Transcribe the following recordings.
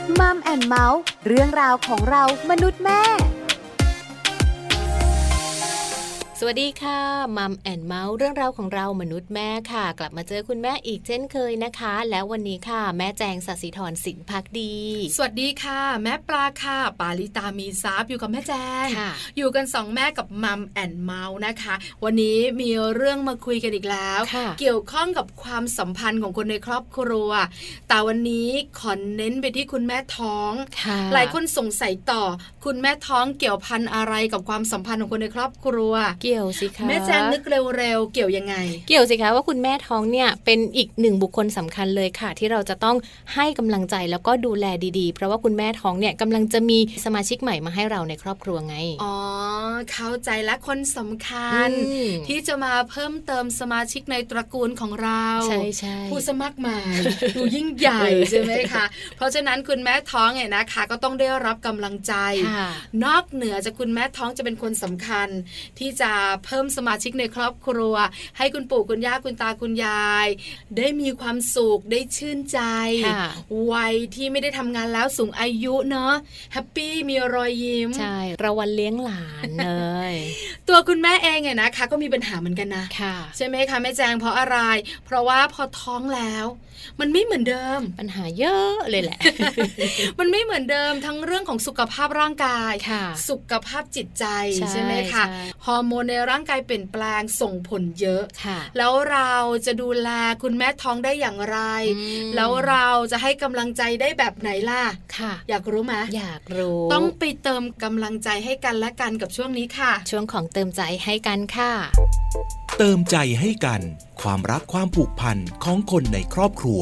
มัมแอนด์เมาส์เรื่องราวของเรามนุษย์แม่สวัสดีค่ะมัมแอนด์เมาส์เรื่องราวของเรามนุษย์แม่ค่ะกลับมาเจอคุณแม่อีกเช่นเคยนะคะแล้ววันนี้ค่ะแม่แจงศศิธรสินภักดีสวัสดีค่ะแม่ปลาค่ะปาลิตามีซับอยู่กับแม่แจงอยู่กัน2แม่กับมัมแอนด์เมาส์นะคะวันนี้มีเรื่องมาคุยกันอีกแล้วเกี่ยวข้องกับความสัมพันธ์ของคนในครอบครัวแต่วันนี้ขอเน้นไปที่คุณแม่ท้องหลายคนสงสัยต่อคุณแม่ท้องเกี่ยวพันอะไรกับความสัมพันธ์ของคนในครอบครัวเกี่ยวสิคะแม่แจงนึกเร็วๆเกี่ยวยังไงเกี่ยวสิคะว่าคุณแม่ท้องเนี่ยเป็นอีกหนึ่งบุคคลสำคัญเลยค่ะที่เราจะต้องให้กำลังใจแล้วก็ดูแลดีๆเพราะว่าคุณแม่ท้องเนี่ยกำลังจะมีสมาชิกใหม่มาให้เราในครอบครัวไงอ๋อเข้าใจและคนสำคัญที่จะมาเพิ่มเติมสมาชิกในตระกูลของเราใช่ผู้สมัครใหม่ ดูยิ่งใหญ่ใช่ไหมคะเพราะฉะนั้นคุณแม่ท้องเนี่ยนะคะก็ต้องได้รับกำลังใจนอกเหนือจากคุณแม่ท้องจะเป็นคนสำคัญที่จะเพิ่มสมาชิกในครอบครัวให้คุณปู่คุณย่าคุณตาคุณยายได้มีความสุขได้ชื่นใจวัยที่ไม่ได้ทำงานแล้วสูงอายุเนาะแฮปปี้มีรอยยิ้มใช่ระวันเลี้ยงหลานเลยตัวคุณแม่เองเนี่ยนะคะก็มีปัญหาเหมือนกันนะใช่ไหมคะแม่แจงเพราะอะไรเพราะว่าพอท้องแล้วมันไม่เหมือนเดิมปัญหาเยอะเลยแหละมันไม่เหมือนเดิมทั้งเรื่องของสุขภาพร่างกายสุขภาพจิตใจใช่ไหมคะฮอร์โมนในร่างกายเปลี่ยนแปลงส่งผลเยอะแล้วเราจะดูแลคุณแม่ท้องได้อย่างไรแล้วเราจะให้กำลังใจได้แบบไหนล่ะอยากรู้ไหมอยากรู้ต้องไปเติมกำลังใจให้กันและกันกับช่วงนี้ค่ะช่วงของเติมใจให้กันค่ะเติมใจให้กันความรักความผูกพันของคนในครอบครัว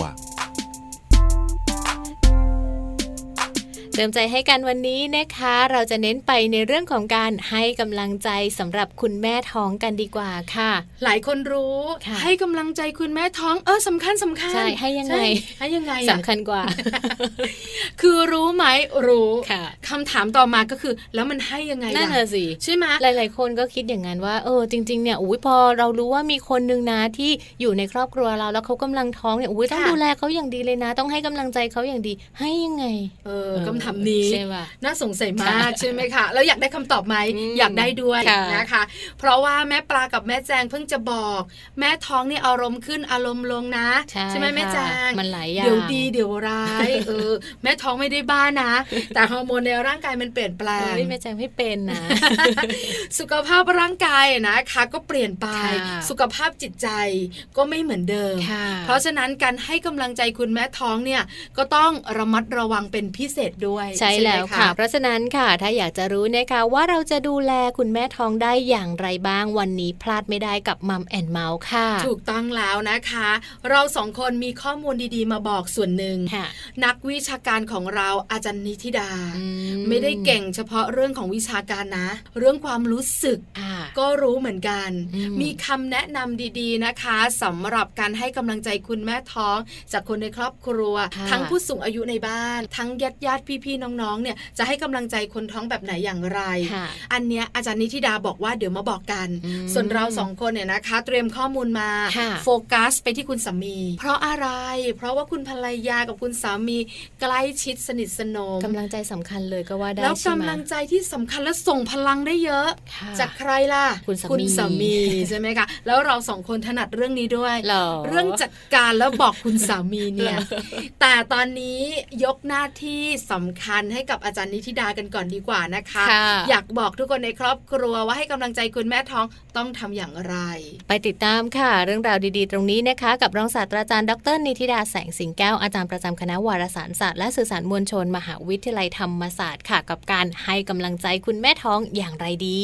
เติมใจให้กันวันนี้นะคะเราจะเน้นไปในเรื่องของการให้กำลังใจสำหรับคุณแม่ท้องกันดีกว่าค่ะหลายคนรู้ให้กำลังใจคุณแม่ท้องสำคัญใช่ให้ยังไงสำคัญกว่าคือรู้ไหมรู้คำถามต่อมาก็คือแล้วมันให้ยังไงนั่นน่ะสิใช่ไหมหลายๆคนก็คิดอย่างนั้นว่าจริงๆเนี่ยพอเรารู้ว่ามีคนนึงนะที่อยู่ในครอบครัวเราแล้วเขากำลังท้องเนี่ยต้องดูแลเขาอย่างดีเลยนะต้องให้กำลังใจเขาอย่างดีให้ยังไงคำถามนี้น่าสงสัยมากใช่ไหมคะแล้วอยากได้คำตอบไหมอยากได้ด้วยนะคะเพราะว่าแม่ปลากับแม่แจงเพิ่งจะบอกแม่ท้องนี่อารมณ์ขึ้นอารมณ์ลงนะใช่ไหมแม่แจงมันหลายอย่างเดี๋ยวดีเดี๋ยวร้ายแม่ท้องไม่ได้บ้านะแต่ฮอร์โมนในร่างกายมันเปลี่ยนแปลงแม่แจงไม่เป็นนะสุขภาพร่างกายนะคะก็เปลี่ยนไปสุขภาพจิตใจก็ไม่เหมือนเดิมเพราะฉะนั้นการให้กำลังใจคุณแม่ท้องเนี่ยก็ต้องระมัดระวังเป็นพิเศษด้วยใช่แล้วค่ะเพราะฉะนั้นค่ะถ้าอยากจะรู้นะคะว่าเราจะดูแลคุณแม่ท้องได้อย่างไรบ้างวันนี้พลาดไม่ได้กับมัมแอนด์เมาส์ค่ะถูกต้องแล้วนะคะเรา2คนมีข้อมูลดีๆมาบอกส่วนหนึ่งนักวิชาการของเราอาจารย์นิธิดาไม่ได้เก่งเฉพาะเรื่องของวิชาการนะเรื่องความรู้สึกก็รู้เหมือนกันมีคำแนะนำดีๆนะคะสำหรับการให้กำลังใจคุณแม่ท้องจากคนในครอบครัวทั้งผู้สูงอายุในบ้านทั้งญาติพี่ๆน้องๆเนี่ยจะให้กำลังใจคนท้องแบบไหนอย่างไรอันเนี้ยอาจารย์นิธิดาบอกว่าเดี๋ยวมาบอกกันส่วนเรา2คนเนี่ยนะคะเตรียมข้อมูลมาโฟกัสไปที่คุณสามีเพราะอะไรเพราะว่าคุณภรรยากับคุณสามีใกล้ชิดสนิทสนมกำลังใจสำคัญเลยก็ว่าได้แล้วกำลังใจที่สำคัญและส่งพลังได้เยอะจากใครล่ะคุณสามีใช่ไหมคะแล้วเรา2คนถนัดเรื่องนี้ด้วยเรื่องจัดการแล้วบอกคุณสามีเนี่ยแต่ตอนนี้ยกหน้าที่สำคัญให้กับอาจารย์นิธิดากันก่อนดีกว่านะคะอยากบอกทุกคนในครอบครัวว่าให้กำลังใจคุณแม่ท้องต้องทำอย่างไรไปติดตามค่ะเรื่องราวดีๆตรงนี้นะคะกับรองศาสตราจารย์ดร.นิธิดาแสงสิงแก้วอาจารย์ประจำคณะวารสารศาสตร์และสื่อสารมวลชนมหาวิทยาลัยธรรมศาสตร์ค่ะกับการให้กำลังใจคุณแม่ท้องอย่างไรดี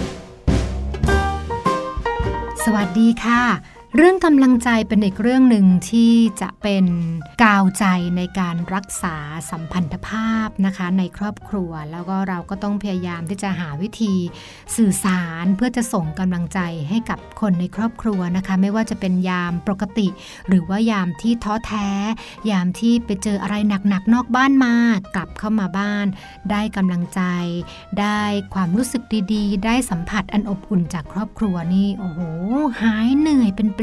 สวัสดีค่ะ เรื่องกำลังใจเป็นอีกเรื่องหนึ่งที่จะเป็นกาวใจในการรักษาสัมพันธภาพนะคะในครอบครัวแล้วก็เราก็ต้องพยายามที่จะหาวิธีสื่อสารเพื่อจะส่งกำลังใจให้กับคนในครอบครัวนะคะไม่ว่าจะเป็นยามปกติหรือว่ายามที่ท้อแท้ยามที่ไปเจออะไรหนักๆนอกบ้านมากลับเข้ามาบ้านได้กำลังใจได้ความรู้สึกดีๆได้สัมผัสอันอบอุ่นจากครอบครัวนี่โอ้โหหายเหนื่อยเป็นป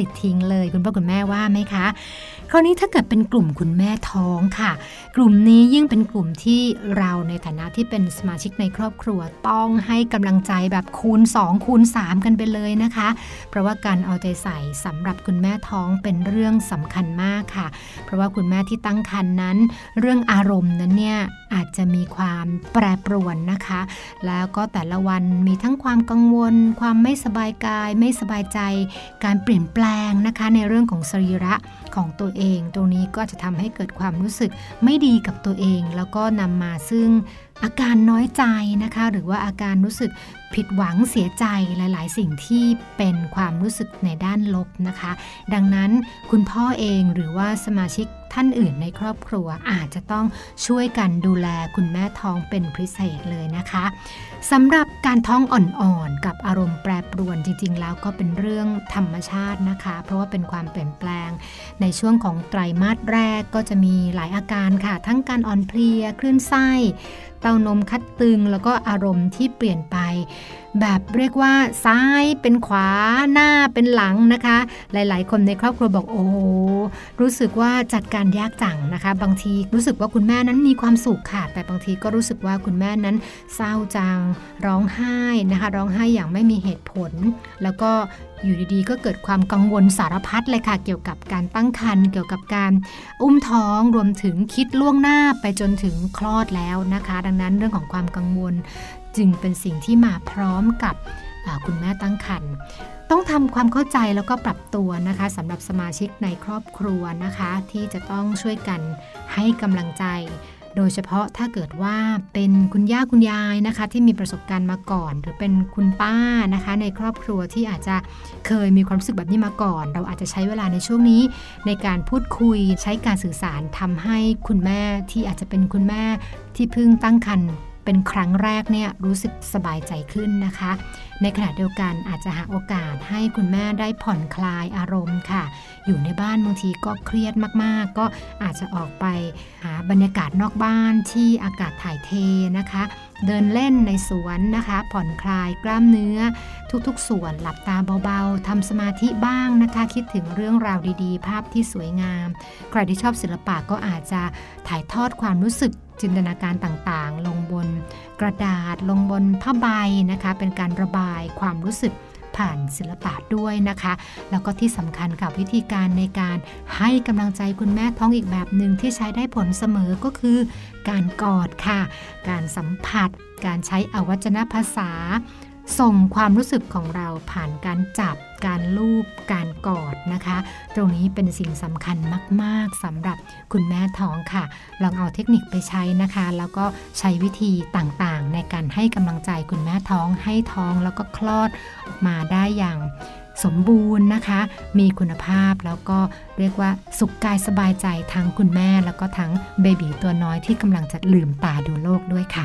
ลิดทิ้งเลยคุณพ่อคุณแม่ว่าไหมคะคราวนี้ถ้าเกิดเป็นกลุ่มคุณแม่ท้องค่ะกลุ่มนี้ยิ่งเป็นกลุ่มที่เราในฐานะที่เป็นสมาชิกในครอบครัวต้องให้กำลังใจแบบคูณ2คูณ3กันไปเลยนะคะเพราะว่าการเอาใจใส่สำหรับคุณแม่ท้องเป็นเรื่องสำคัญมากค่ะเพราะว่าคุณแม่ที่ตั้งครรภ์นั้นเรื่องอารมณ์นั้นเนี่ยอาจจะมีความแปรปรวนนะคะแล้วก็แต่ละวันมีทั้งความกังวลความไม่สบายกายไม่สบายใจการเปลี่ยนแปลงนะคะในเรื่องของสรีระของตัวเองตรงนี้ก็จะทำให้เกิดความรู้สึกไม่ดีกับตัวเองแล้วก็นำมาซึ่งอาการน้อยใจนะคะหรือว่าอาการรู้สึกผิดหวังเสียใจหลายๆสิ่งที่เป็นความรู้สึกในด้านลบนะคะดังนั้นคุณพ่อเองหรือว่าสมาชิกท่านอื่นในครอบครัวอาจจะต้องช่วยกันดูแลคุณแม่ท้องเป็นพิเศษเลยนะคะสำหรับการท้องอ่อนๆกับอารมณ์แปรปรวนจริงๆแล้วก็เป็นเรื่องธรรมชาตินะคะเพราะว่าเป็นความเปลี่ยนแปลงในช่วงของไตรมาสแรกก็จะมีหลายอาการค่ะทั้งการอ่อนเพลียคลื่นไส้เต้านมคัดตึงแล้วก็อารมณ์ที่เปลี่ยนไปแบบเรียกว่าซ้ายเป็นขวาหน้าเป็นหลังนะคะหลายๆคนในครอบครัวบอกโอ้รู้สึกว่าจัดการยากจังนะคะบางทีรู้สึกว่าคุณแม่นั้นมีความสุขค่ะแต่บางทีก็รู้สึกว่าคุณแม่นั้นเศร้าจังร้องไห้นะคะร้องไห้อย่างไม่มีเหตุผลแล้วก็อยู่ดีๆก็เกิดความกังวลสารพัดเลยค่ะเกี่ยวกับการตั้งครรภ์เกี่ยวกับการอุ้มท้องรวมถึงคิดล่วงหน้าไปจนถึงคลอดแล้วนะคะดังนั้นเรื่องของความกังวลจึงเป็นสิ่งที่มาพร้อมกับคุณแม่ตั้งครรภ์ต้องทำความเข้าใจแล้วก็ปรับตัวนะคะสำหรับสมาชิกในครอบครัวนะคะที่จะต้องช่วยกันให้กำลังใจโดยเฉพาะถ้าเกิดว่าเป็นคุณย่าคุณยายนะคะที่มีประสบการณ์มาก่อนหรือเป็นคุณป้านะคะในครอบครัวที่อาจจะเคยมีความรู้สึกแบบนี้มาก่อนเราอาจจะใช้เวลาในช่วงนี้ในการพูดคุยใช้การสื่อสารทำให้คุณแม่ที่อาจจะเป็นคุณแม่ที่เพิ่งตั้งครรภ์เป็นครั้งแรกเนี่ยรู้สึกสบายใจขึ้นนะคะในขณะเดียวกันอาจจะหาโอกาสให้คุณแม่ได้ผ่อนคลายอารมณ์ค่ะอยู่ในบ้านบางทีก็เครียดมากๆก็อาจจะออกไปหาบรรยากาศนอกบ้านที่อากาศถ่ายเทนะคะเดินเล่นในสวนนะคะผ่อนคลายกล้ามเนื้อทุกๆส่วนหลับตาเบาๆทำสมาธิบ้างนะคะคิดถึงเรื่องราวดีๆภาพที่สวยงามใครที่ชอบศิลปะก็อาจจะถ่ายทอดความรู้สึกจินตนาการต่างๆลงบนกระดาษลงบนผ้าใบนะคะเป็นการระบายความรู้สึกผ่านศิลปะด้วยนะคะแล้วก็ที่สำคัญกับวิธีการในการให้กำลังใจคุณแม่ท้องอีกแบบหนึ่งที่ใช้ได้ผลเสมอก็คือการกอดค่ะการสัมผัสการใช้อวัจนภาษาส่งความรู้สึกของเราผ่านการจับการลูบการกอดนะคะตรงนี้เป็นสิ่งสำคัญมากๆสำหรับคุณแม่ท้องค่ะลองเอาเทคนิคไปใช้นะคะแล้วก็ใช้วิธีต่างๆในการให้กำลังใจคุณแม่ท้องให้ท้องแล้วก็คลอดออกมาได้อย่างสมบูรณ์นะคะมีคุณภาพแล้วก็เรียกว่าสุขกายสบายใจทั้งคุณแม่แล้วก็ทั้งเบบีตัวน้อยที่กำลังจะลืมตาดูโลกด้วยค่ะ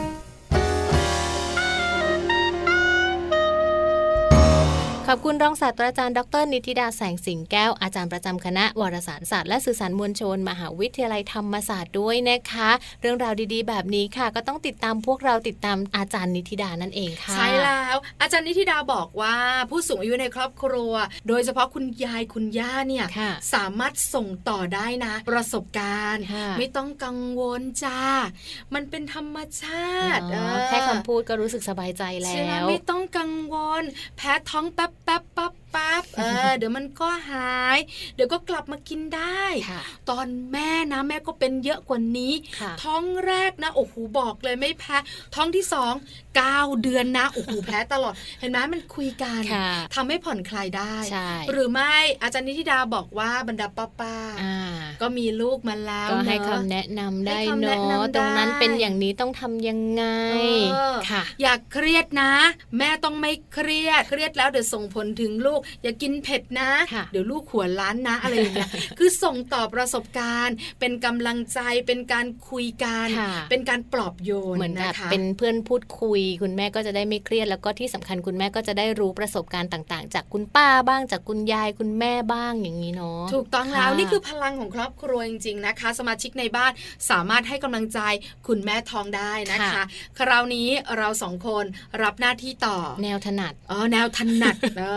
ขอบคุณรองศาสตราจารย์ดร.นิติดาแสงสิงแก้วอาจารย์ประจำคณะวารสารศาสตร์และสื่อสารมวลชนมหาวิทยาลัยธรรมศาสตร์ด้วยนะคะเรื่องราวดีๆแบบนี้ค่ะก็ต้องติดตามพวกเราติดตามอาจารย์นิติดานั่นเองค่ะใช่แล้วอาจารย์นิติดาบอกว่าผู้สูงอายุในครอบครัวโดยเฉพาะคุณยายคุณย่าเนี่ยสามารถส่งต่อได้นะประสบการณ์ไม่ต้องกังวลจ้ามันเป็นธรรมชาติแค่คำพูดก็รู้สึกสบายใจแล้วไม่ต้องกังวลแพ้ท้องแป๊บเดี๋ยวมันก็หายเดี๋ยวก็กลับมากินได้ตอนแม่นะแม่ก็เป็นเยอะกว่านี้ท้องแรกนะโอ้โหบอกเลยไม่แพ้ท้องที่2 9 เดือนนะโอ้โหแพ้ตลอดเห็นไหมมันคุยกันทำให้ผ่อนคลายได้หรือไม่อาจารย์นิติดาบอกว่าบรรดาป้าก็มีลูกมาแล้วก็ให้คำแนะนำได้เนาะตรงนั้นเป็นอย่างนี้ต้องทำยังไงค่ะอย่าเครียดนะแม่ต้องไม่เครียดแล้วเดี๋ยวส่งผลถึงลูกอย่ากินเผ็ดนะเดี๋ยวลูกหัวล้านนะอะไรอย่างเงี้ยคือส่งต่อประสบการณ์เป็นกำลังใจเป็นการคุยกันเป็นการปลอบโยนเหมือนนะคะเป็นเพื่อนพูดคุยคุณแม่ก็จะได้ไม่เครียดแล้วก็ที่สำคัญคุณแม่ก็จะได้รู้ประสบการณ์ต่างๆจากคุณป้าบ้างจากคุณยายคุณแม่บ้างอย่างนี้เนาะถูกต้องแล้วนี่คือพลังของครอบครัวจริงๆนะคะสมาชิกในบ้านสามารถให้กำลังใจคุณแม่ท้องได้นะคะคราวนี้เรา2คนรับหน้าที่ต่อแนวถนัดแนวถนัดนะคะ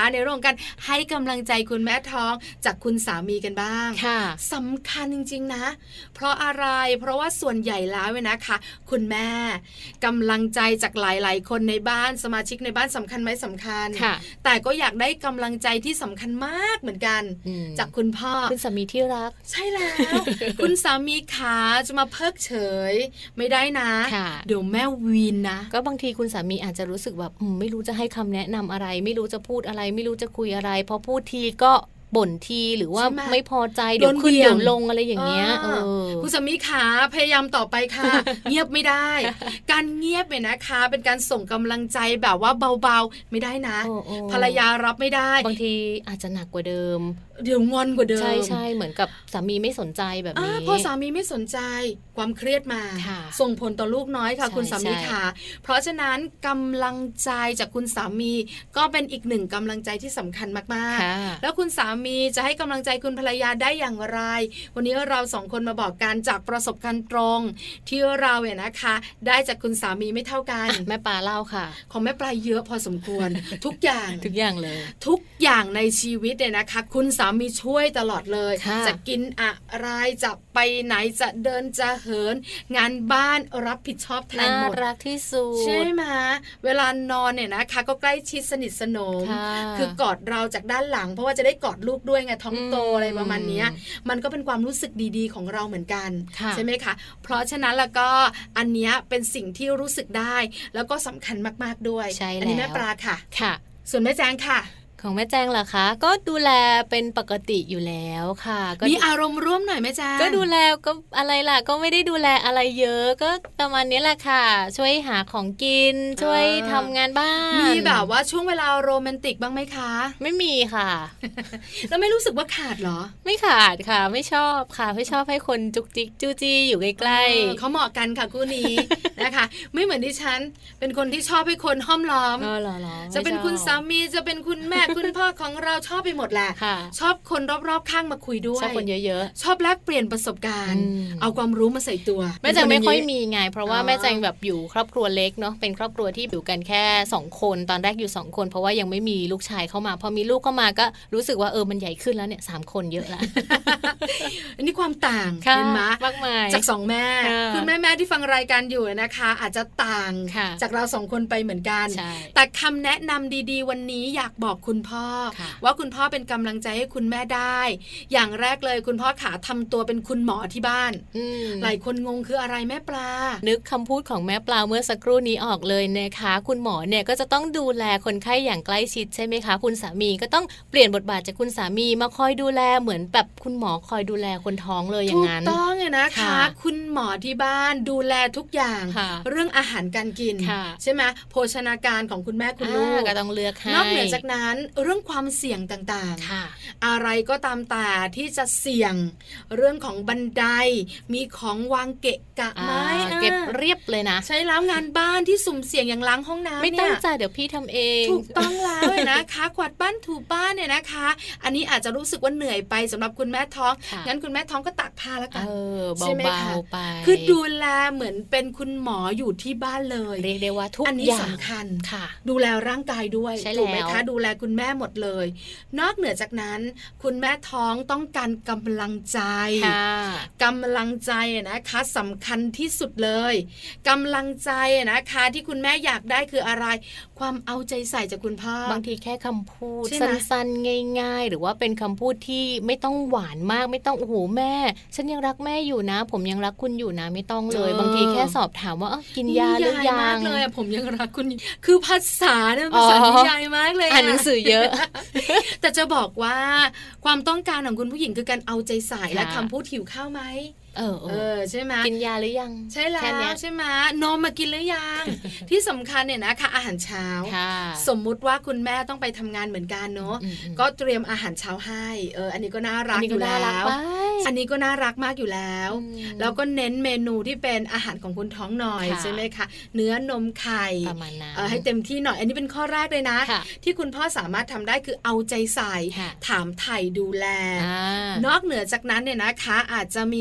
นะคะในเรื่องการให้กำลังใจคุณแม่ท้องจากคุณสามีกันบ้างสำคัญจริงๆนะเพราะอะไรเพราะว่าส่วนใหญ่แล้วนะคะคุณแม่กำลังใจจากหลายๆคนในบ้านสมาชิกในบ้านสำคัญไหมสำคัญแต่ก็อยากได้กำลังใจที่สำคัญมากเหมือนกันจากคุณพ่อคุณสามีที่รักใช่แล้ว คุณสามีขาจะมาเพิกเฉยไม่ได้นะเดี๋ยวแม่วีนนะก็บางทีคุณสามีอาจจะรู้สึกแบบไม่รู้จะให้คำแนะนำอะไรไม่รู้จะพูดอะไรไม่รู้จะคุยอะไรพอพูดทีก็บ่นทีหรือว่าไม่พอใจเดี๋ยวขึ้นเดี๋ยวลงอะไรอย่างเงี้ยคุณสามีขาพยายามต่อไปค่ะ เงียบไม่ได้ การเงียบเนี่ยนะคะเป็นการส่งกำลังใจแบบว่าเบาๆไม่ได้นะภรรยารับไม่ได้บางทีอาจจะหนักกว่าเดิมเดี๋ยวงอนกว่าเดิมใช่เหมือนกับสามีไม่สนใจแบบนี้พอสามีไม่สนใจความเครียดมาส่งผลต่อลูกน้อยค่ะคุณสามีค่ะเพราะฉะนั้นกำลังใจจากคุณสามีก็เป็นอีกหนึ่งกำลังใจที่สำคัญมากๆแล้วคุณสามีจะให้กำลังใจคุณภรรยาได้อย่างไรวันนี้เราสองคนมาบอกกันจากประสบการณ์ตรงที่เราเนี่ยนะคะได้จากคุณสามีไม่เท่ากันแม่ปลาเล่าค่ะของแม่ปลาเยอะพอสมควร ทุกอย่างเลยทุกอย่างในชีวิตเนี่ยนะคะคุณสามีช่วยตลอดเลยจะกินอะไรจะไปไหนจะเดินจะเหินงานบ้านรับผิดชอบแทนหมดน่ารักที่สุดใช่ไหมเวลานอนเนี่ยนะคะก็ใกล้ชิดสนิทสนมคือกอดเราจากด้านหลังเพราะว่าจะได้กอดลูกด้วยไงท้องโตอะไรประมาณนี้มันก็เป็นความรู้สึกดีๆของเราเหมือนกันใช่ไหมคะเพราะฉะนั้นแล้วก็อันนี้เป็นสิ่งที่รู้สึกได้แล้วก็สำคัญมากๆด้วยอันนี้แม่ปลาค่ะส่วนแม่แจงค่ะของแม่แจงเหรอคะก็ดูแลเป็นปกติอยู่แล้วค่ะมีอารมณ์ร่วมหน่อยแม่แจงก็ดูแลก็อะไรล่ะก็ไม่ได้ดูแลอะไรเยอะก็ประมาณนี้แหละค่ะช่วยหาของกินช่วยทำงานบ้านมีแบบว่าช่วงเวลาโรแมนติกบ้างไหมคะไม่มีค่ะแล้วไม่รู้สึกว่าขาดเหรอไม่ขาดค่ะไม่ชอบค่ะไม่ชอบให้คนจุกจิกจู้จี้อยู่ใกล้ๆเขาเหมาะกันค่ะคู่นี้ นะคะไม่เหมือนดิฉันเป็นคนที่ชอบให้คนห้อมล้อมจะเป็นคุณสามีจะเป็นคุณแม่คุณพ่อของเราชอบไปหมดแหละชอบคนรอบๆข้างมาคุยด้วยชอบคนเยอะๆชอบแลกเปลี่ยนประสบการณ์เอาความรู้มาใส่ตัวแม่แจงไม่ค่อยมีไงเพราะว่าแม่แจงแบบอยู่ครอบครัวเล็กเนาะเป็นครอบครัวที่อยู่กันแค่2คนตอนแรกอยู่2คนเพราะว่ายังไม่มีลูกชายเข้ามาพอมีลูกเข้ามาก็รู้สึกว่ามันใหญ่ขึ้นแล้วเนี่ย3คนเยอะละอันนี้ความต่างเห็นไหมมากมายจาก2แม่คือแม่ที่ฟังรายการอยู่นะคะอาจจะต่างจากเรา2คนไปเหมือนกันแต่คำแนะนำดีๆวันนี้อยากบอกคุณพ่อว่าคุณพ่อเป็นกำลังใจให้คุณแม่ได้อย่างแรกเลยคุณพ่อขาทำตัวเป็นคุณหมอที่บ้านหลายคนงงคืออะไรแม่ปลานึกคำพูดของแม่ปลาเมื่อสักครู่นี้ออกเลยนะคะคุณหมอเนี่ยก็จะต้องดูแลคนไข้อย่างใกล้ชิดใช่ไหมคะคุณสามีก็ต้องเปลี่ยนบทบาทจากคุณสามีมาคอยดูแลเหมือนแบบคุณหมอคอยดูแลคนท้องเลยอย่างนั้นถูกต้องเลยนะคะคุณหมอที่บ้านดูแลทุกอย่างเรื่องอาหารการกินใช่ไหมโภชนาการของคุณแม่คุณลูกก็ต้องเลือกให้นอกเหนือจากนั้นเรื่องความเสี่ยงต่างๆอะไรก็ตามแต่ที่จะเสี่ยงเรื่องของบันไดมีของวางเกะกะไหมเก็บเรียบเลยนะใช่แล้วงานบ้านที่สุ่มเสี่ยงอย่างล้างห้องน้ำไม่ต้องจ่ายเดี๋ยวพี่ทำเองถูกต้องแล้วนะคะกวาดบ้านถูบ้านเนี่ยนะคะอันนี้อาจจะรู้สึกว่าเหนื่อยไปสำหรับคุณแม่ท้องงั้นคุณแม่ท้องก็ตากผ้าแล้วกันใช่ไหมคะคือดูแลเหมือนเป็นคุณหมออยู่ที่บ้านเลยเรียกได้ว่าทุกอย่างอันนี้สำคัญดูแลร่างกายด้วยถูกไหมคะดูแลคุณแม่หมดเลยนอกเหนือจากนั้นคุณแม่ท้องต้องการกำลังใจกำลังใจนะคะสำคัญที่สุดเลยกำลังใจนะคะที่คุณแม่อยากได้คืออะไรความเอาใจใส่จากคุณพ่อบางทีแค่คำพูดสั้นๆง่ายๆหรือว่าเป็นคำพูดที่ไม่ต้องหวานมากไม่ต้องโอ้โหแม่ฉันยังรักแม่อยู่นะผมยังรักคุณอยู่นะไม่ต้องเลยบางทีแค่สอบถามว่ากินยาหรือยังมากเลยผมยังรักคุณคือภาษาเนี่ยภาษานิยายมากเลยอ่านหนังสือเยอะแต่จะบอกว่าความต้องการของคุณผู้หญิงคือการเอาใจใส่และคำพูดหิวข้าวไหมใช่ไหมกินยาหรือยังใช่แล้วใช่ไหมนมมากินหรือยัง ที่สำคัญเนี่ยนะคะอาหารเช้าสมมุติว่าคุณแม่ต้องไปทำงานเหมือนกันเนาะก็เตรียมอาหารเช้าให้อันนี้ก็น่ารักอยู่แล้วอันนี้ก็น่ารักมากอยู่แล้วแล้วก็เน้นเมนูที่เป็นอาหารของคุณท้องหน่อยใช่ไหมคะเนื้อนมไข่ให้เต็มที่หน่อยอันนี้เป็นข้อแรกเลยนะที่คุณพ่อสามารถทำได้คือเอาใจใส่ถามไถ่ดูแลนอกเหนือจากนั้นเนี่ยนะคะอาจจะมีการ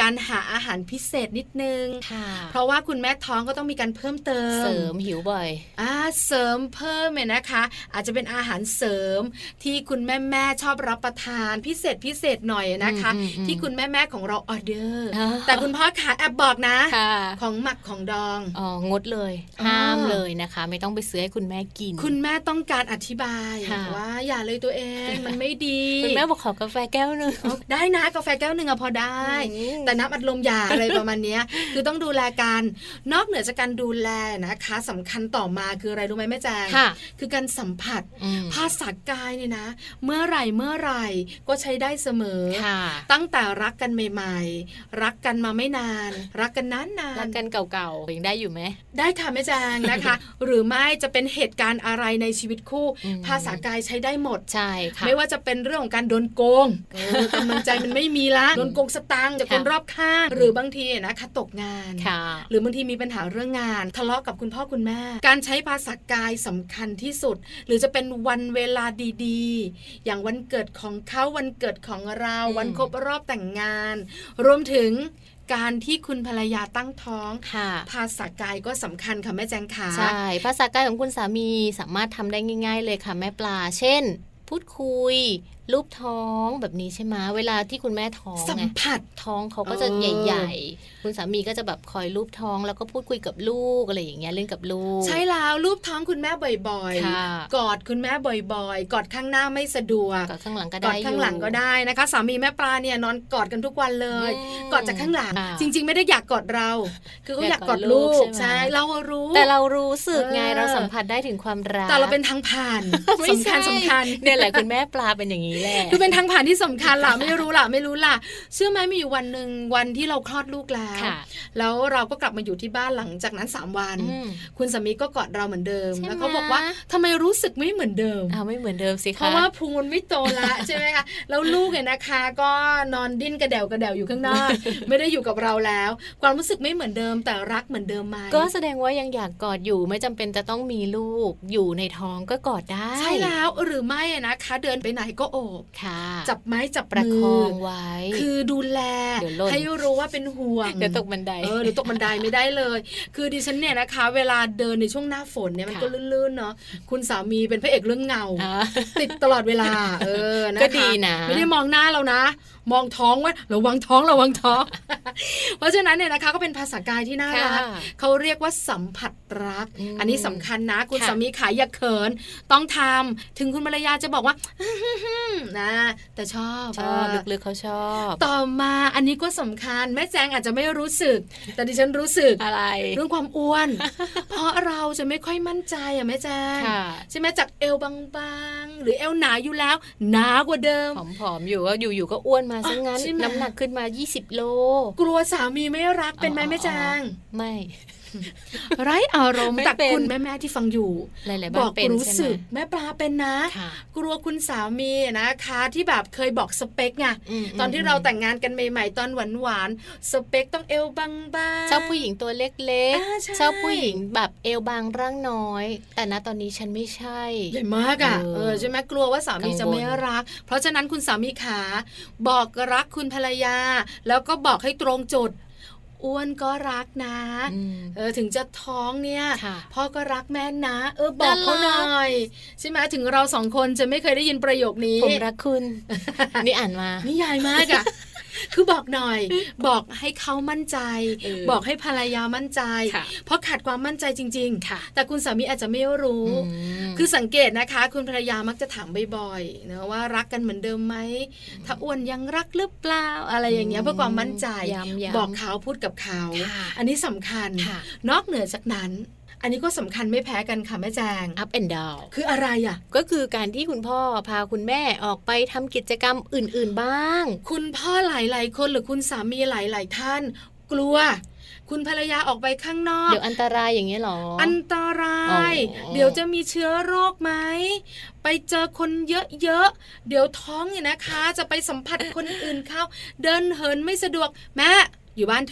การหาอาหารพิเศษนิดนึงเพราะว่าคุณแม่ท้องก็ต้องมีการเพิ่มเติมเสริมหิวบ่อยเสริมเพิ่มเนี่ยนะคะอาจจะเป็นอาหารเสริมที่คุณแม่ชอบรับประทานพิเศษหน่อยนะคะที่คุณแม่ของเราออเดอร์แต่คุณพ่อขาแอบบอกนะของหมักของดองงดเลยห้ามเลยนะคะไม่ต้องไปซื้อให้คุณแม่กินคุณแม่ต้องการอธิบายว่าอย่าเลยตัวเองมันไม่ดีคุณแม่บอกขอกาแฟแก้วนึงได้นะกาแฟแก้วนึงพอได้แต่น้ำอัดลมอย่าอะไรประมาณนี้คือต้องดูแลกันนอกเหนือจากการดูแลนะคะสำคัญต่อมาคืออะไรรู้ไหมแม่แจงคือการสัมผัสภาษากายเนี่ยนะเมื่อไหร่ก็ใช้ได้เสมอตั้งแต่รักกันใหม่ๆรักกันมาไม่นานรักกันนานรักกันเก่าๆยังได้อยู่ไหมได้ค่ะแม่แจงนะคะ หรือไม่จะเป็นเหตุการณ์อะไรในชีวิตคู่ภาษากายใช้ได้หมดใช่ค่ะไม่ว่าจะเป็นเรื่องของการโดนโกงกำลังใจมันไม่มีละโดนโกงสตางค์จากคนรอบข้างหรือบางทีนะคะตกงานหรือบางทีมีปัญหาเรื่องงานทะเลาะกับคุณพ่อคุณแม่การใช้ภาษากายสำคัญที่สุดหรือจะเป็นวันเวลาดีๆอย่างวันเกิดของเขาวันเกิดของเราวันครบรอบแต่งงานรวมถึงการที่คุณภรรยาตั้งท้องภาษากายก็สำคัญค่ะแม่แจงขาใช่ภาษากายของคุณสามีสามารถทำได้ง่ายๆเลยค่ะแม่ปลาเช่นพูดคุยลูบท้องแบบนี้ใช่ไหมเวลาที่คุณแม่ท้องสัมผัสท้องเขาก็จะใหญ่ๆคุณสามีก็จะแบบคอยลูบท้องแล้วก็พูดคุยกับลูกอะไรอย่างเงี้ยเล่นกับลูกใช่แล้วลูบท้องคุณแม่บ่อยๆกอดคุณแม่บ่อยๆกอดข้างหน้าไม่สะดวกกอดข้างหลังก็ได้กอดข้างหลังก็ได้นะคะสามีแม่ปลาเนี่ยนอนกอดกันทุกวันเลยกอดจากข้างหลังจริงๆไม่ได้อยากกอดเราคือเขาอยากกอดลูกใช่เรารู้แต่เรารู้สึกไงเราสัมผัสได้ถึงความรักแต่เราเป็นทางผ่านสำคัญเนี่ยแหละคุณแม่ปลาเป็นอย่างนี้คือเป็นทางผ่านที่สำคัญล่ะไม่รู้ล่ะเชื่อไหมมีอยู่วันนึงวันที่เราคลอดลูกแล้วเราก็กลับมาอยู่ที่บ้านหลังจากนั้น3วันคุณสามีก็กอดเราเหมือนเดิมแล้วเขาบอกว่าทำไมรู้สึกไม่เหมือนเดิมไม่เหมือนเดิมสิคะเพราะว่าพุงมันไม่โตละใช่ไหมคะแล้วลูกเนี่ยนะคะก็นอนดิ้นกระเดวอยู่ข้างนอกไม่ได้อยู่กับเราแล้วความรู้สึกไม่เหมือนเดิมแต่รักเหมือนเดิมไหมก็แสดงว่ายังอยากกอดอยู่ไม่จำเป็นจะต้องมีลูกอยู่ในท้องก็กอดได้ใช่แล้วหรือไม่นะคะเดินไปไหนก็โอบจับไม้จับประคองไว้คือดูแลให้รู้ว่าเป็นห่วงเดี๋ยวตกบันไดเดี๋ยวตกบันไดไม่ได้เลยคือดิฉันเนี่ยนะคะเวลาเดินในช่วงหน้าฝนเนี่ยมันก็ลื่นๆเนาะคุณสามีเป็นพระเอกเรื่องเงาติดตลอดเวลานะคะก็ดีนะไม่ได้มองหน้าเรานะมองท้องไว้ระวังท้องเพราะฉะนั้นเนี่ยนะคะก็เป็นภาษากายที่น่ารักเขาเรียกว่าสัมผัสรักอันนี้สำคัญนะคุณสามีขาอย่าเขินต้องทำถึงคุณภรรยาจะบอกว่านะแต่ชอบลึกๆเขาชอบต่อมาอันนี้ก็สำคัญแม่แจงอาจจะไม่รู้สึกแต่ดิฉันรู้สึกอะไรเรื่องความอ้วนเพราะเราจะไม่ค่อยมั่นใจแม่แจงใช่ไหมจากเอวบางๆหรือเอวหนาอยู่แล้วหนากว่าเดิมผอมๆอยู่ก็อยู่ก็อ้วนมาซะงั้นน้ำหนักขึ้นมา20โลกลัวสามีไม่รักเป็นไหมแม่แจงไม่ไร้อารมณ์แต่คุณแม่ที่ฟังอยู่บอกรู้สึกแม่ปลาเป็นนะกลัวคุณสามีนะคะที่แบบเคยบอกสเปคไงตอนที่เราแต่งงานกันใหม่ๆตอนหวานๆสเปคต้องเอวบางๆชอบผู้หญิงตัวเล็กๆชอบผู้หญิงแบบเอวบางร่างน้อยแต่ณตอนนี้ฉันไม่ใช่ใหญ่มากอ่ะใช่ไหมกลัวว่าสามีจะไม่รักเพราะฉะนั้นคุณสามีขาบอกรักคุณภรรยาแล้วก็บอกให้ตรงจุดอ้วนก็รักนะถึงจะท้องเนี่ยพ่อก็รักแม่นะบอกเขาหน่อยใช่ไหมถึงเรา2คนจะไม่เคยได้ยินประโยคนี้ผมรักคุณนี่อ่านมานี่ใหญ่มากอ่ะคือบอกหน่อยบอกให้เขามั่นใจบอกให้ภรรยามั่นใจเพราะขาดความมั่นใจจริงๆแต่คุณสามีอาจจะไม่รู้คือสังเกตนะคะคุณภรรยามักจะถามบ่อยๆนะว่ารักกันเหมือนเดิมไหมถ้าอ้วนยังรักหรือเปล่าอะไรอย่างเงี้ยเพื่อความมั่นใจบอกเขาพูดกับเขาอันนี้สำคัญนอกเหนือจากนั้นอันนี้ก็สำคัญไม่แพ้กันค่ะแม่แจง up and down คืออะไรอ่ะก็คือการที่คุณพ่อพาคุณแม่ออกไปทำกิจกรรมอื่นๆบ้างคุณพ่อหลายๆคนหรือคุณสามีหลายๆท่านกลัวคุณภรรยาออกไปข้างนอกเดี๋ยวอันตรายอย่างเงี้ยหรออันตรายเดี๋ยวจะมีเชื้อโรคไหมไปเจอคนเยอะๆเดี๋ยวท้องเนี่ยนะคะจะไปสัมผัสคนอื่นเข้าเดินเหินไม่สะดวกแม่อยู่บ้านเถอะไป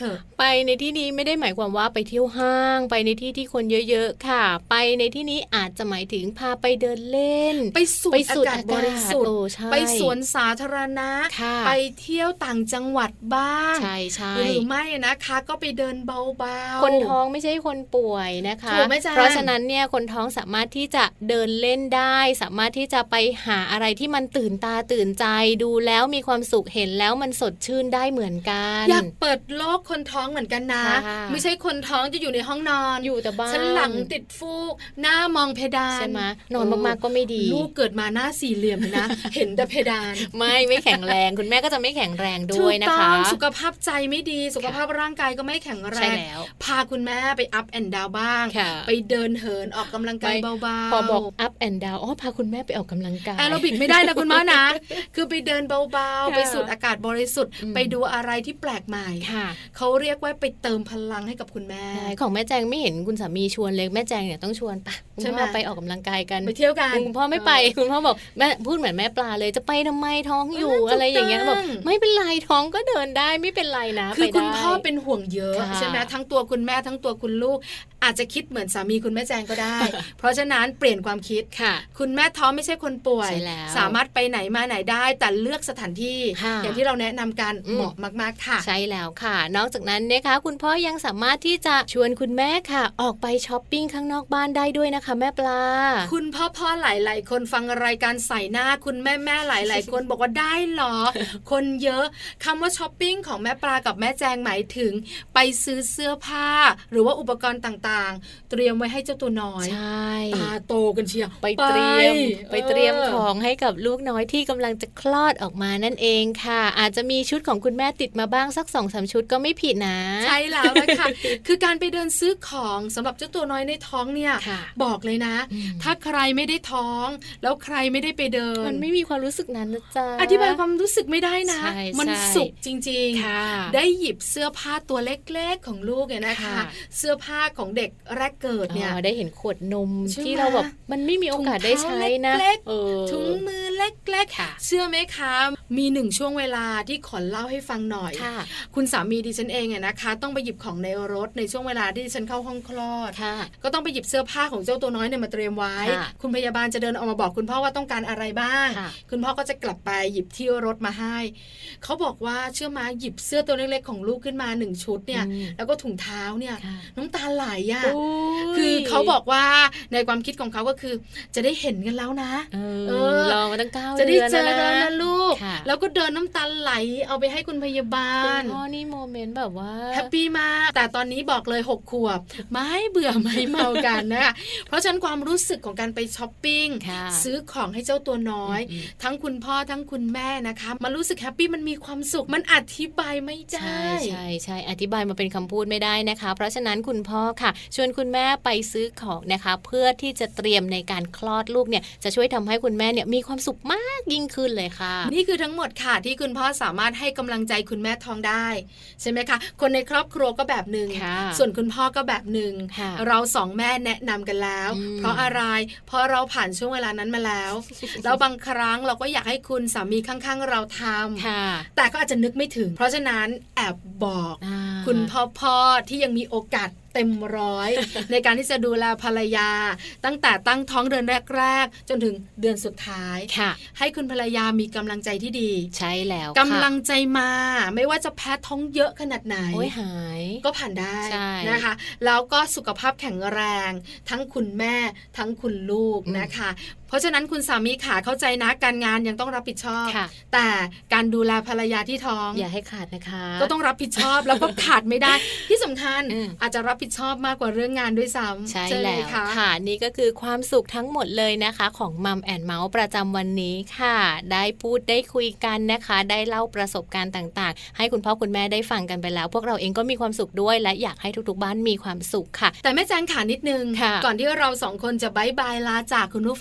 ไปในที่นี้ไม่ได้หมายความว่าไปเที่ยวห้างไปในที่ที่คนเยอะๆค่ะไปในที่นี้อาจจะหมายถึงพาไปเดินเล่นไปสูดอากาศบริสุทธิ์ไปสวนสาธารณะไปเที่ยวต่างจังหวัดบ้างใช่หรือไม่นะคะก็ไปเดินเบาๆคนท้องไม่ใช่คนป่วยนะคะเพราะฉะนั้นเนี่ยคนท้องสามารถที่จะเดินเล่นได้สามารถที่จะไปหาอะไรที่มันตื่นตาตื่นใจดูแล้วมีความสุขเห็นแล้วมันสดชื่นได้เหมือนกันอยากเปิดโลกคนท้องเหมือนกันนะไม่ใช่คนท้องจะอยู่ในห้องนอนอยู่แต่บ้านฉันหลังติดฟูกหน้ามองเพดานใช่ไหมนอนมากๆก็ไม่ดีลูกเกิดมาหน้าสี่เหลี่ยมนะ เห็นแต่เพดานไม่แข็งแรงคุณแม่ก็จะไม่แข็งแรงด้วยนะคะสุขภาพใจไม่ดีสุขภาพร่างกายก็ไม่แข็งแรงพาคุณแม่ไปอัพแอนด์ดาวบ้างไปเดินเหินออกกำลังกายเบาๆพอบอกอัพแอนด์ดาวพาคุณแม่ไปออกกำลังกายแอโรบิกไม่ได้นะคุณแม่นะคือไปเดินเบาๆไปสูดอากาศบริสุทธิ์ไปดูอะไรที่แปลกใหม่เขาเรียกว่าไปเติมพลังให้กับคุณแม่ของแม่แจงไม่เห็นคุณสามีชวนเลยแม่แจงเนี่ยต้องชวนปะคุณพ่อไปออกกำลังกายกันไปเที่ยวกันคุณพ่อไม่ไปคุณพ่อบอกแม่พูดเหมือนแม่ปลาเลยจะไปทำไมท้องอยู่อะไรอย่างเงี้ยบอกไม่เป็นไรท้องก็เดินได้ไม่เป็นไรนะคือคุณพ่อเป็นห่วงเยอะใช่ไหมทั้งตัวคุณแม่ทั้งตัวคุณลูกอาจจะคิดเหมือนสามีคุณแม่แจงก็ได้ เพราะฉะนั้นเปลี่ยนความคิดคุณแม่ท้องไม่ใช่คนป่วยสามารถไปไหนมาไหนได้แต่เลือกสถานที่อย่างที่เราแนะนำกันเหมาะมากๆค่ะใช่แล้วค่ะนอกจากนั้นนะคะคุณพ่อยังสามารถที่จะชวนคุณแม่ค่ะออกไปช้อปปิ้งข้างนอกบ้านได้ด้วยนะคะแม่ปลาคุณพ่อหลายๆคนฟังรายการใส่หน้าคุณแม่หลายๆคนบอกว่าได้หรอ คนเยอะคำว่าช้อปปิ้งของแม่ปลากับแม่แจงหมายถึงไปซื้อเสื้อผ้าหรือว่าอุปกรณ์ต่างๆเตรียมไว้ให้เจ้าตัวน้อยตาโตกันเชียวไปเตรียมของให้กับลูกน้อยที่กำลังจะคลอดออกมานั่นเองค่ะอาจจะมีชุดของคุณแม่ติดมาบ้างสัก 2-3 ชุดก็ไม่ผิดนะใช่แล้วนะคะ คือการไปเดินซื้อของสำหรับเจ้าตัวน้อยในท้องเนี่ยบอกเลยนะถ้าใครไม่ได้ท้องแล้วใครไม่ได้ไปเดินมันไม่มีความรู้สึกนั้นนะจ๊ะอธิบายความรู้สึกไม่ได้นะมันสุขจริงๆได้หยิบเสื้อผ้าตัวเล็กๆของลูกเนี่ยนะคะเสื้อผ้าของเด็กแรกเกิดเนี่ยได้เห็นขวดนมที่เราแบบมันไม่มีโอกาสได้ใช้นะถุงมือเล็กๆเชื่อไหมคะมี1ช่วงเวลาที่ขอเล่าให้ฟังหน่อยคุณสามีดิฉันเองเนี่ยนะคะต้องไปหยิบของในรถในช่วงเวลาที่ดิฉันเข้าห้องคลอดก็ต้องไปหยิบเสื้อผ้าของเจ้าตัวน้อยเนี่ยมาเตรียมไว้คุณพยาบาลจะเดินออกมาบอกคุณพ่อว่าต้องการอะไรบ้างคุณพ่อก็จะกลับไปหยิบที่รถมาให้เขาบอกว่าเชื่อมาหยิบเสื้อตัวเล็กๆของลูกขึ้นมา1ชุดเนี่ยแล้วก็ถุงเท้าเนี่ยน้ำตาไหลอ่ะคือเขาบอกว่าในความคิดของเขาก็คือจะได้เห็นกันแล้วนะรอมาตั้ง9 เดือนจะได้เจอกันนะลูกแล้วก็เดินน้ำตาไหลเอาไปให้คุณพยาบาลคุณพ่อนี่โมเมนต์แบบว่าแฮปปี้มากแต่ตอนนี้บอกเลย6 ขวบไม่เบื่อไม่เมากันนะคะเพราะฉะนั้นความรู้สึกของการไปช้อปปิ้งซื้อของให้เจ้าตัวน้อยทั้งคุณพ่อทั้งคุณแม่นะคะมันรู้สึกแฮปปี้มันมีความสุขมันอธิบายไม่ได้ใช่อธิบายมาเป็นคำพูดไม่ได้นะคะเพราะฉะนั้นคุณพ่อค่ะชวนคุณแม่ไปซื้อของนะคะเพื่อที่จะเตรียมในการคลอดลูกเนี่ยจะช่วยทำให้คุณแม่เนี่ยมีความสุขมากยิ่งขึ้นเลยค่ะนี่คือทั้งหมดค่ะที่คุณพ่อสามารถให้กำลังใจคุณแม่ท้องได้ใช่ไหมคะคนในครอบครัวก็แบบนึงส่วนคุณพ่อก็แบบนึงเรา2 แม่แนะนำกันแล้วเพราะอะไรเพราะเราผ่านช่วงเวลานั้นมาแล้วแล้วบางครั้งเราก็อยากให้คุณสามีข้างๆเราทำแต่ก็อาจจะนึกไม่ถึงเพราะฉะนั้นแอบบอกคุณพ่อที่ยังมีโอกาสเต็มร้อยในการที่จะดูแลภรรยาตั้งแต่ตั้งท้องเดือนแรกๆจนถึงเดือนสุดท้ายให้คุณภรรยามีกำลังใจที่ดีใช่แล้วกำลังใจมาไม่ว่าจะแพ้ท้องเยอะขนาดไหนหายก็ผ่านได้นะคะแล้วก็สุขภาพแข็งแรงทั้งคุณแม่ทั้งคุณลูกนะคะเพราะฉะนั้นคุณสามีขาเข้าใจนะการงานยังต้องรับผิดชอบแต่การดูแลภรรยาที่ท้องอย่าให้ขาดนะคะก็ต้องรับผิดชอบแล้วก็ขาดไม่ได้ที่สำคัญอาจจะรับผิดชอบมากกว่าเรื่องงานด้วยซ้ำใช่แล้วค่ะนี่ก็คือความสุขทั้งหมดเลยนะคะของมัมแอนด์เมาส์ประจำวันนี้ค่ะได้พูดได้คุยกันนะคะได้เล่าประสบการณ์ต่างๆให้คุณพ่อคุณแม่ได้ฟังกันไปแล้วพวกเราเองก็มีความสุขด้วยและอยากให้ทุกๆบ้านมีความสุขค่ะแต่แม่แจงขานิดนึงก่อนที่เรา2 คนจะบ๊ายบายลาจากคุณผู้ฟังไป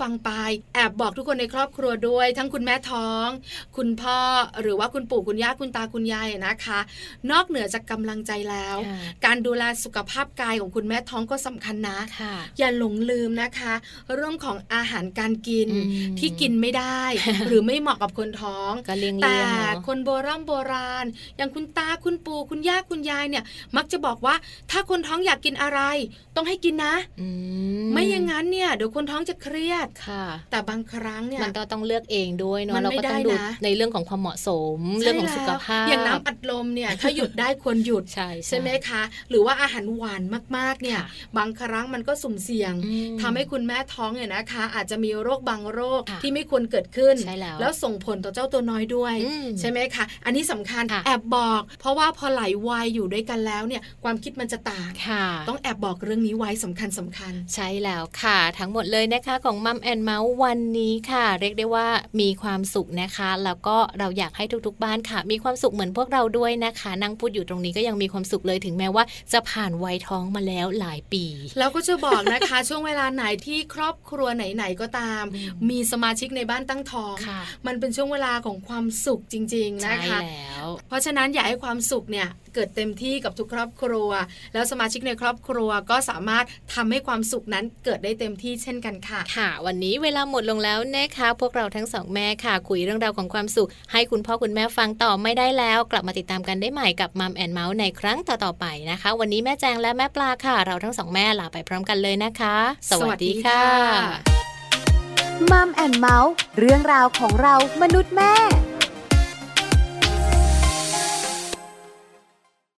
แอบบอกทุกคนในครอบครัวด้วยทั้งคุณแม่ท้องคุณพ่อหรือว่าคุณปู่คุณย่าคุณตาคุณยายนะคะนอกเหนือจากกำลังใจแล้วการดูแลสุขภาพกายของคุณแม่ท้องก็สำคัญนะอย่าหลงลืมนะคะเรื่องของอาหารการกินที่กินไม่ได้หรือไม่เหมาะกับคนท้องแต่คนโบราณอย่างคุณตาคุณปู่คุณย่าคุณยายเนี่ยมักจะบอกว่าถ้าคนท้องอยากกินอะไรต้องให้กินนะไม่อย่างนั้นเนี่ยเดี๋ยวคนท้องจะเครียดแต่บางครั้งเนี่ยมันก็ต้องเลือกเองด้วยเนาะเราก็ต้องดูในเรื่องของความเหมาะสมเรื่องของสุขภาพอย่างน้ำอัดลมเนี่ยถ้าหยุดได้ควรหยุดใช่ไหมคะหรือว่าอาหารหวานมากๆเนี่ยบางครั้งมันก็สุ่มเสี่ยงทำให้คุณแม่ท้องเนี่ยนะคะอาจจะมีโรคบางโรคที่ไม่ควรเกิดขึ้นแล้วส่งผลต่อเจ้าตัวน้อยด้วยใช่ไหมคะอันนี้สำคัญแอบบอกเพราะว่าพอหลายวัยอยู่ด้วยกันแล้วเนี่ยความคิดมันจะต่างต้องแอบบอกเรื่องนี้ไว้สำคัญใช่แล้วค่ะทั้งหมดเลยนะคะของมัมแอนเมาส์วันนี้ค่ะเรียกได้ว่ามีความสุขนะคะแล้วก็เราอยากให้ทุกๆบ้านค่ะมีความสุขเหมือนพวกเราด้วยนะคะนั่งพูดอยู่ตรงนี้ก็ยังมีความสุขเลยถึงแม้ว่าจะผ่านวัยท้องมาแล้วหลายปีแล้วก็จะบอกนะคะ ช่วงเวลาไหนที่ครอบครัวไหนๆก็ตามมีสมาชิกในบ้านตั้งท้องมันเป็นช่วงเวลาของความสุขจริงๆนะคะเพราะฉะนั้นอยากให้ความสุขเนี่ยเกิดเต็มที่กับทุกครอบครัวแล้วสมาชิกในครอบครัวก็สามารถทำให้ความสุขนั้นเกิดได้เต็มที่เช่นกันค่ะค่ะวันนี้เวลาหมดลงแล้วนะคะพวกเราทั้งสองแม่ค่ะคุยเรื่องราวของความสุขให้คุณพ่อคุณแม่ฟังต่อไม่ได้แล้วกลับมาติดตามกันได้ใหม่กับมัมแอนเมาส์ในครั้งต่อๆไปนะคะวันนี้แม่แจงและแม่ปลาค่ะเราทั้งสองแม่ลาไปพร้อมกันเลยนะคะสวัสดีค่ะมัมแอนเมาส์เรื่องราวของเรามนุษย์แม่